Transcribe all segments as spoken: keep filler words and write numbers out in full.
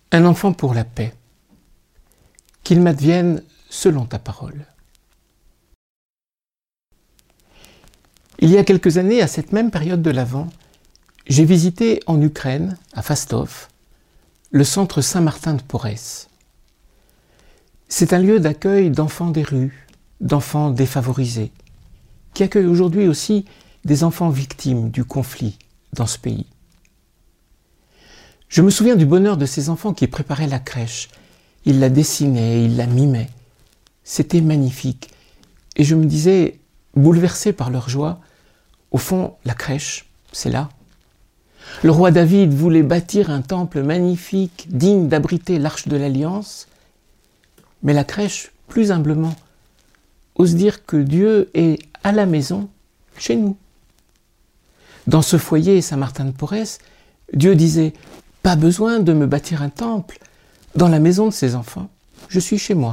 Un enfant pour la paix. Qu'il m'advienne selon ta parole. Il y a quelques années, à cette même période de l'Avent, j'ai visité en Ukraine, à Fastov, le centre Saint-Martin de Porès. C'est un lieu d'accueil d'enfants des rues, d'enfants défavorisés, qui accueille aujourd'hui aussi des enfants victimes du conflit dans ce pays. Je me souviens du bonheur de ces enfants qui préparaient la crèche. Ils la dessinaient, ils la mimaient. C'était magnifique. Et je me disais, bouleversé par leur joie, au fond, la crèche, c'est là. Le roi David voulait bâtir un temple magnifique, digne d'abriter l'arche de l'Alliance. Mais la crèche, plus humblement, ose dire que Dieu est à la maison, chez nous. Dans ce foyer Saint-Martin de Porès, Dieu disait « Pas besoin de me bâtir un temple. Dans la maison de ses enfants, je suis chez moi. »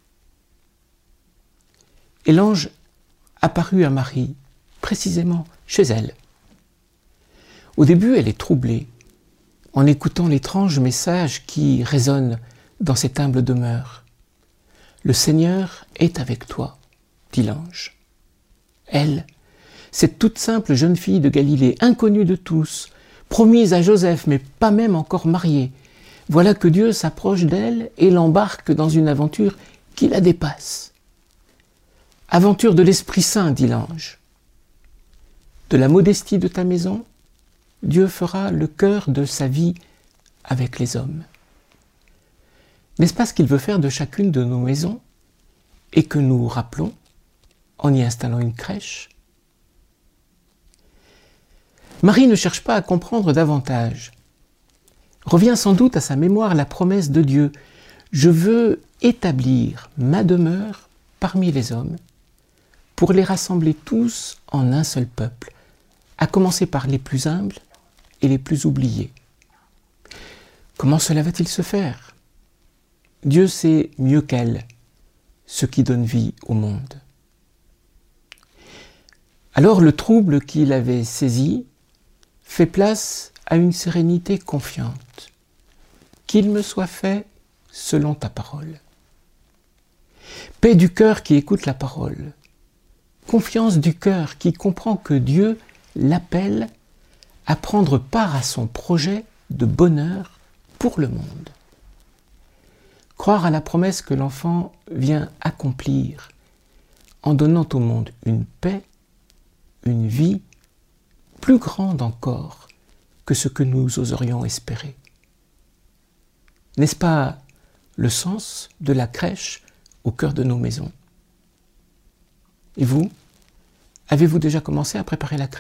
Et l'ange apparut à Marie, précisément chez elle. Au début, elle est troublée, en écoutant l'étrange message qui résonne dans cette humble demeure. « Le Seigneur est avec toi », dit l'ange. Elle, cette toute simple jeune fille de Galilée, inconnue de tous, promise à Joseph, mais pas même encore mariée, voilà que Dieu s'approche d'elle et l'embarque dans une aventure qui la dépasse. Aventure de l'Esprit Saint, dit l'ange. De la modestie de ta maison, Dieu fera le cœur de sa vie avec les hommes. N'est-ce pas ce qu'il veut faire de chacune de nos maisons et que nous rappelons en y installant une crèche? Marie ne cherche pas à comprendre davantage. Revient sans doute à sa mémoire la promesse de Dieu. Je veux établir ma demeure parmi les hommes pour les rassembler tous en un seul peuple, à commencer par les plus humbles et les plus oubliés. Comment cela va-t-il se faire? Dieu sait mieux qu'elle ce qui donne vie au monde. Alors le trouble qui l'avait saisi fait place à une sérénité confiante. Qu'il me soit fait selon ta parole. Paix du cœur qui écoute la parole. Confiance du cœur qui comprend que Dieu l'appelle à prendre part à son projet de bonheur pour le monde. Croire à la promesse que l'enfant vient accomplir en donnant au monde une paix, une vie plus grande encore que ce que nous oserions espérer. N'est-ce pas le sens de la crèche au cœur de nos maisons? Et vous, avez-vous déjà commencé à préparer la crèche ?